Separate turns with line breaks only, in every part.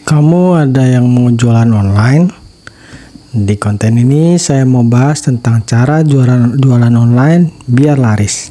Kamu ada yang mau jualan online? Di konten ini saya mau bahas tentang cara jualan online biar laris.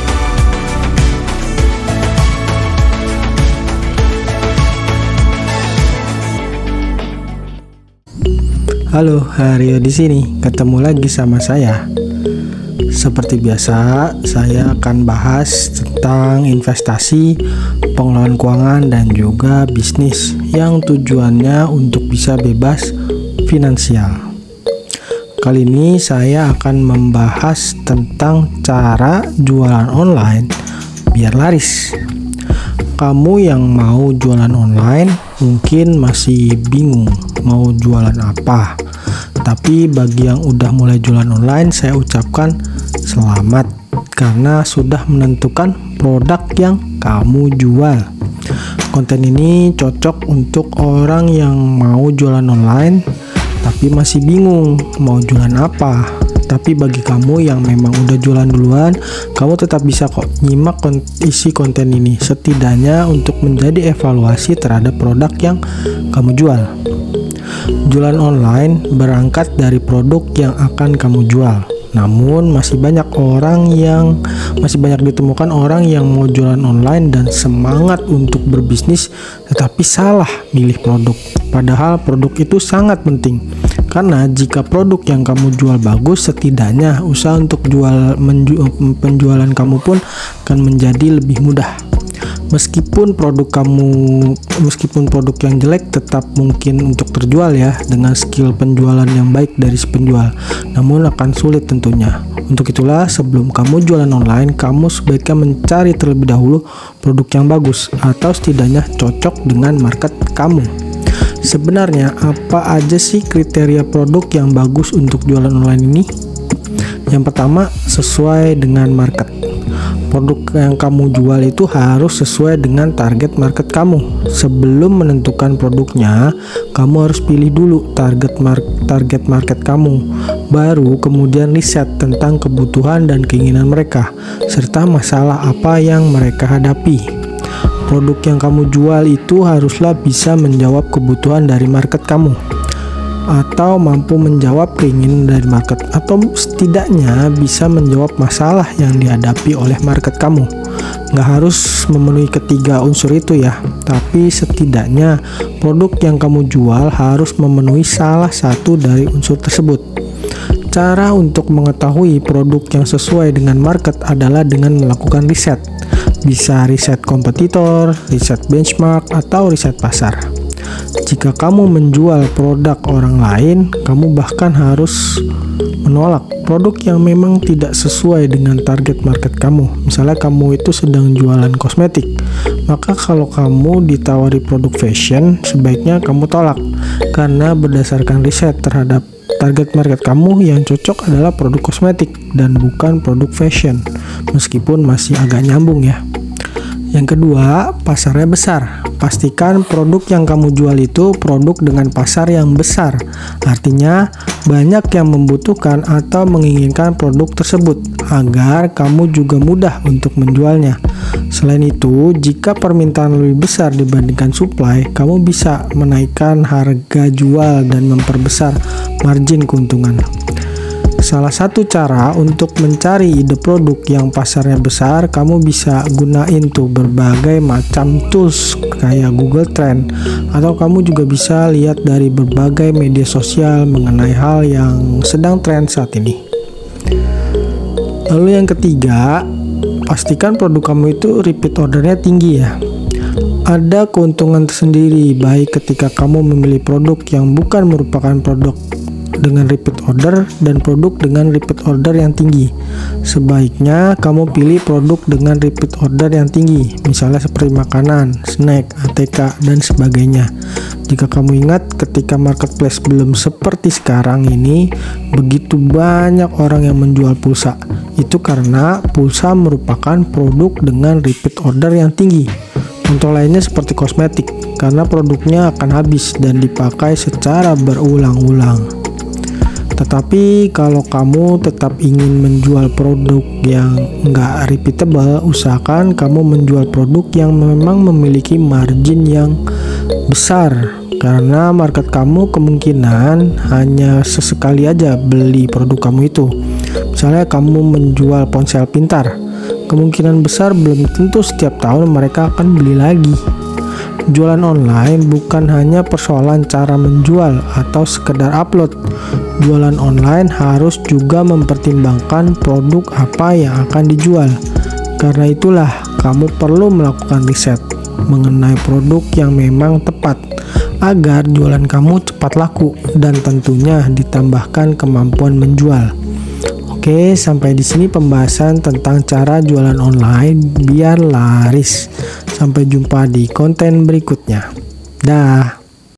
Halo, Haryo di sini. Ketemu lagi sama saya. Seperti biasa, saya akan bahas tentang investasi, pengelolaan keuangan, dan juga bisnis yang tujuannya untuk bisa bebas finansial. Kali ini saya akan membahas tentang cara jualan online biar laris. Kamu yang mau jualan online mungkin masih bingung mau jualan apa. Tapi bagi yang udah mulai jualan online, saya ucapkan selamat karena sudah menentukan produk yang kamu jual. Konten ini cocok untuk orang yang mau jualan online tapi masih bingung mau jualan apa. Tapi bagi kamu yang memang udah jualan duluan, kamu tetap bisa kok nyimak isi konten ini, setidaknya untuk menjadi evaluasi terhadap produk yang kamu jual. Jualan online berangkat dari produk yang akan kamu jual. Namun masih banyak ditemukan orang yang mau jualan online dan semangat untuk berbisnis tetapi salah milih produk. Padahal produk itu sangat penting. Karena jika produk yang kamu jual bagus, setidaknya usaha untuk penjualan kamu pun akan menjadi lebih mudah. Meskipun produk yang jelek, tetap mungkin untuk terjual ya, dengan skill penjualan yang baik dari si penjual. Namun akan sulit tentunya. Untuk itulah sebelum kamu jualan online, kamu sebaiknya mencari terlebih dahulu produk yang bagus atau setidaknya cocok dengan market kamu. Sebenarnya apa aja sih kriteria produk yang bagus untuk jualan online ini? Yang pertama, sesuai dengan market. Produk yang kamu jual itu harus sesuai dengan target market kamu. Sebelum menentukan produknya, kamu harus pilih dulu target market kamu. Baru kemudian riset tentang kebutuhan dan keinginan mereka, serta masalah apa yang mereka hadapi. Produk yang kamu jual itu haruslah bisa menjawab kebutuhan dari market kamu, atau mampu menjawab keinginan dari market, atau setidaknya bisa menjawab masalah yang dihadapi oleh market kamu. Nggak harus memenuhi ketiga unsur itu ya, tapi setidaknya produk yang kamu jual harus memenuhi salah satu dari unsur tersebut. Cara untuk mengetahui produk yang sesuai dengan market adalah dengan melakukan riset. Bisa riset kompetitor, riset benchmark, atau riset pasar. Jika kamu menjual produk orang lain, kamu bahkan harus menolak produk yang memang tidak sesuai dengan target market kamu. Misalnya kamu itu sedang jualan kosmetik, maka kalau kamu ditawari produk fashion, sebaiknya kamu tolak. Karena berdasarkan riset terhadap target market kamu, yang cocok adalah produk kosmetik dan bukan produk fashion. Meskipun masih agak nyambung ya. Yang kedua, pasarnya besar. Pastikan produk yang kamu jual itu produk dengan pasar yang besar. Artinya, banyak yang membutuhkan atau menginginkan produk tersebut agar kamu juga mudah untuk menjualnya. Selain itu, jika permintaan lebih besar dibandingkan supply, kamu bisa menaikkan harga jual dan memperbesar margin keuntungan. Salah satu cara untuk mencari ide produk yang pasarnya besar, kamu bisa gunain tuh berbagai macam tools kayak Google Trend, atau kamu juga bisa lihat dari berbagai media sosial mengenai hal yang sedang tren saat ini. Lalu yang ketiga, pastikan produk kamu itu repeat ordernya tinggi ya. Ada keuntungan tersendiri baik ketika kamu memilih produk yang bukan merupakan produk dengan repeat order dan produk dengan repeat order yang tinggi. Sebaiknya kamu pilih produk dengan repeat order yang tinggi, misalnya seperti makanan, snack, ATK, dan sebagainya. Jika kamu ingat, ketika marketplace belum seperti sekarang ini, begitu banyak orang yang menjual pulsa. Itu karena pulsa merupakan produk dengan repeat order yang tinggi. Contoh lainnya seperti kosmetik, karena produknya akan habis dan dipakai secara berulang-ulang. Tetapi kalau kamu tetap ingin menjual produk yang nggak repeatable, usahakan kamu menjual produk yang memang memiliki margin yang besar karena market kamu kemungkinan hanya sesekali aja beli produk kamu itu. Misalnya kamu menjual ponsel pintar, kemungkinan besar belum tentu setiap tahun mereka akan beli lagi. Jualan online bukan hanya persoalan cara menjual atau sekedar upload. Jualan online harus juga mempertimbangkan produk apa yang akan dijual. Karena itulah kamu perlu melakukan riset mengenai produk yang memang tepat agar jualan kamu cepat laku dan tentunya ditambahkan kemampuan menjual. Oke, sampai di sini pembahasan tentang cara jualan online biar laris. Sampai jumpa di konten berikutnya. Dah.